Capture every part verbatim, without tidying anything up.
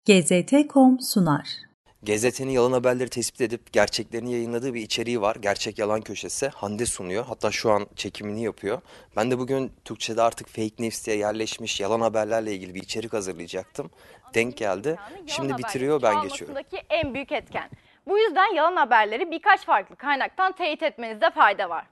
G Z T nokta com sunar. G Z T'nin yalan haberleri tespit edip gerçeklerini yayınladığı bir içeriği var. Gerçek Yalan Köşesi. Hande sunuyor. Hatta şu an çekimini yapıyor. Ben de bugün Türkçe'de artık fake news diye yerleşmiş yalan haberlerle ilgili bir içerik hazırlayacaktım. Denk geldi. Şimdi bitiriyor, ben geçiyorum. En büyük etken. Bu yüzden yalan haberleri birkaç farklı kaynaktan teyit etmenizde fayda var.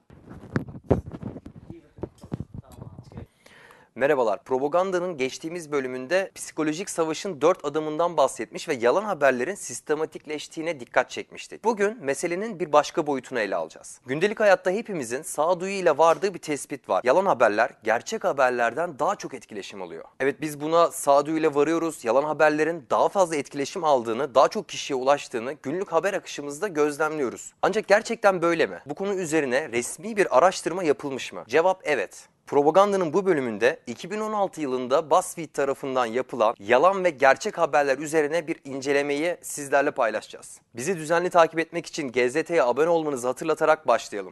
Merhabalar. Propagandanın geçtiğimiz bölümünde psikolojik savaşın dört adımından bahsetmiş ve yalan haberlerin sistematikleştiğine dikkat çekmiştik. Bugün meselenin bir başka boyutunu ele alacağız. Gündelik hayatta hepimizin sağduyuyla vardığı bir tespit var. Yalan haberler gerçek haberlerden daha çok etkileşim oluyor. Evet, biz buna sağduyuyla varıyoruz. Yalan haberlerin daha fazla etkileşim aldığını, daha çok kişiye ulaştığını günlük haber akışımızda gözlemliyoruz. Ancak gerçekten böyle mi? Bu konu üzerine resmi bir araştırma yapılmış mı? Cevap evet. Propagandanın bu bölümünde iki bin on altı yılında BuzzFeed tarafından yapılan yalan ve gerçek haberler üzerine bir incelemeyi sizlerle paylaşacağız. Bizi düzenli takip etmek için G Z T'ye abone olmanızı hatırlatarak başlayalım.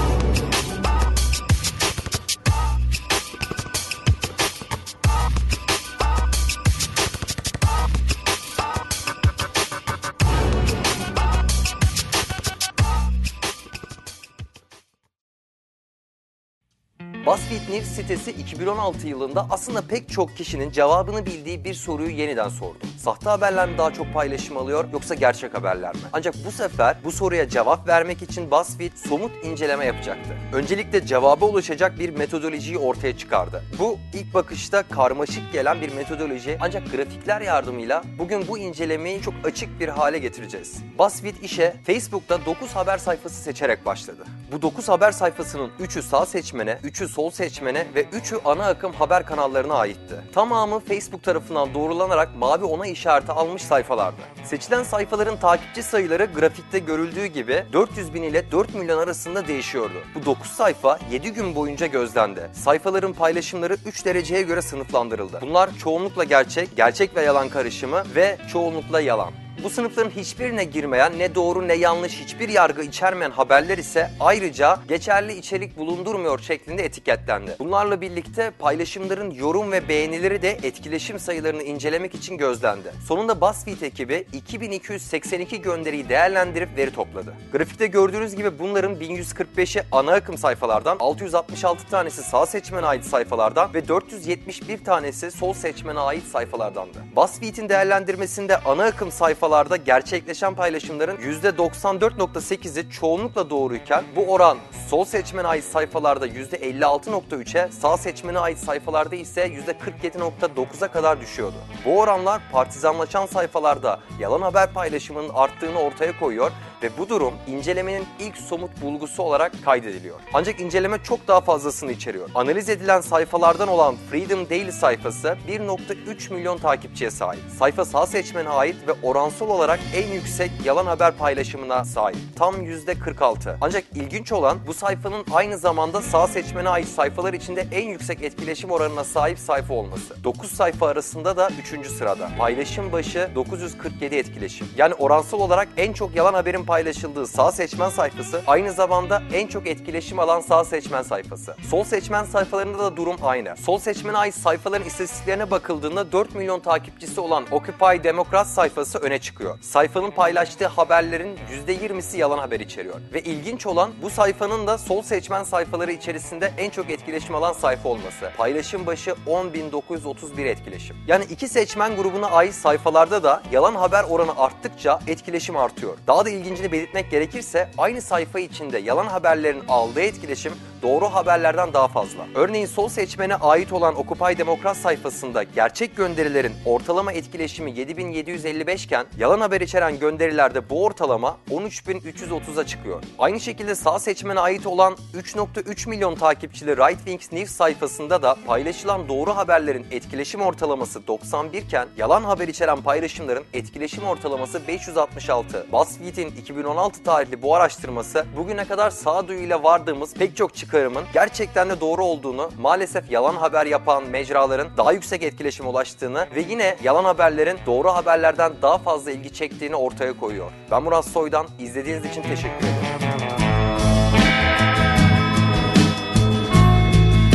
BuzzFeed News sitesi iki bin on altı yılında aslında pek çok kişinin cevabını bildiği bir soruyu yeniden sordu. Sahte haberler mi daha çok paylaşım alıyor yoksa gerçek haberler mi? Ancak bu sefer bu soruya cevap vermek için BuzzFeed somut inceleme yapacaktı. Öncelikle cevaba ulaşacak bir metodolojiyi ortaya çıkardı. Bu ilk bakışta karmaşık gelen bir metodoloji, ancak grafikler yardımıyla bugün bu incelemeyi çok açık bir hale getireceğiz. BuzzFeed işe Facebook'ta dokuz haber sayfası seçerek başladı. Bu dokuz haber sayfasının üçü sağ seçmene, üçü sol seçmene ve üçü ana akım haber kanallarına aitti. Tamamı Facebook tarafından doğrulanarak mavi onay işareti almış sayfalardı. Seçilen sayfaların takipçi sayıları grafikte görüldüğü gibi dört yüz bin ile dört milyon arasında değişiyordu. Bu dokuz sayfa yedi gün boyunca gözlendi. Sayfaların paylaşımları üç dereceye göre sınıflandırıldı. Bunlar çoğunlukla gerçek, gerçek ve yalan karışımı ve çoğunlukla yalan. Bu sınıfların hiçbirine girmeyen, ne doğru ne yanlış, hiçbir yargı içermeyen haberler ise ayrıca geçerli içerik bulundurmuyor şeklinde etiketlendi. Bunlarla birlikte paylaşımların yorum ve beğenileri de etkileşim sayılarını incelemek için gözlendi. Sonunda BuzzFeed ekibi iki bin iki yüz seksen iki gönderiyi değerlendirip veri topladı. Grafikte gördüğünüz gibi bunların bin yüz kırk beşi ana akım sayfalardan, altı yüz altmış altı tanesi sağ seçmene ait sayfalardan ve dört yüz yetmiş bir tanesi sol seçmene ait sayfalardandı. BuzzFeed'in değerlendirmesinde ana akım sayfalar gerçekleşen paylaşımların yüzde doksan dört nokta sekizi çoğunlukla doğruyken bu oran sol seçmene ait sayfalarda yüzde elli altı nokta üçe, sağ seçmene ait sayfalarda ise yüzde kırk yedi nokta dokuza kadar düşüyordu. Bu oranlar partizanlaşan sayfalarda yalan haber paylaşımının arttığını ortaya koyuyor ve bu durum incelemenin ilk somut bulgusu olarak kaydediliyor. Ancak inceleme çok daha fazlasını içeriyor. Analiz edilen sayfalardan olan Freedom Daily sayfası bir nokta üç milyon takipçiye sahip. Sayfa sağ seçmene ait ve oransal olarak en yüksek yalan haber paylaşımına sahip. Tam yüzde kırk altı. Ancak ilginç olan bu sayfanın aynı zamanda sağ seçmene ait sayfalar içinde en yüksek etkileşim oranına sahip sayfa olması. dokuz sayfa arasında da üçüncü sırada. Paylaşım başı dokuz yüz kırk yedi etkileşim. Yani oransal olarak en çok yalan haberin paylaşıldığı sağ seçmen sayfası aynı zamanda en çok etkileşim alan sağ seçmen sayfası. Sol seçmen sayfalarında da durum aynı. Sol seçmene ait sayfaların istatistiklerine bakıldığında dört milyon takipçisi olan Occupy Democrat sayfası öne çıkıyor. Sayfanın paylaştığı haberlerin yüzde yirmisi yalan haber içeriyor. Ve ilginç olan bu sayfanın da sol seçmen sayfaları içerisinde en çok etkileşim alan sayfa olması. Paylaşım başı on bin dokuz yüz otuz bir etkileşim. Yani iki seçmen grubuna ait sayfalarda da yalan haber oranı arttıkça etkileşim artıyor. Daha da ilgincini belirtmek gerekirse aynı sayfa içinde yalan haberlerin aldığı etkileşim doğru haberlerden daha fazla. Örneğin sol seçmene ait olan Occupy Democrat sayfasında gerçek gönderilerin ortalama etkileşimi yedi bin yedi yüz elli beş iken yalan haber içeren gönderilerde bu ortalama on üç bin üç yüz otuza çıkıyor. Aynı şekilde sağ seçmene ait olan üç nokta üç milyon takipçili Right Wing News sayfasında da paylaşılan doğru haberlerin etkileşim ortalaması doksan bir iken yalan haber içeren paylaşımların etkileşim ortalaması beş yüz altmış altı. BuzzFeed'in iki bin on altı tarihli bu araştırması bugüne kadar sağduyuyla vardığımız pek çok çıkarımın gerçekten de doğru olduğunu, maalesef yalan haber yapan mecraların daha yüksek etkileşime ulaştığını ve yine yalan haberlerin doğru haberlerden daha fazla ilgi çektiğini ortaya koyuyor. Ben Murat Soydan, izlediğiniz için teşekkür ederim.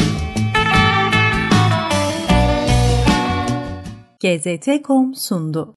G Z T nokta com sundu.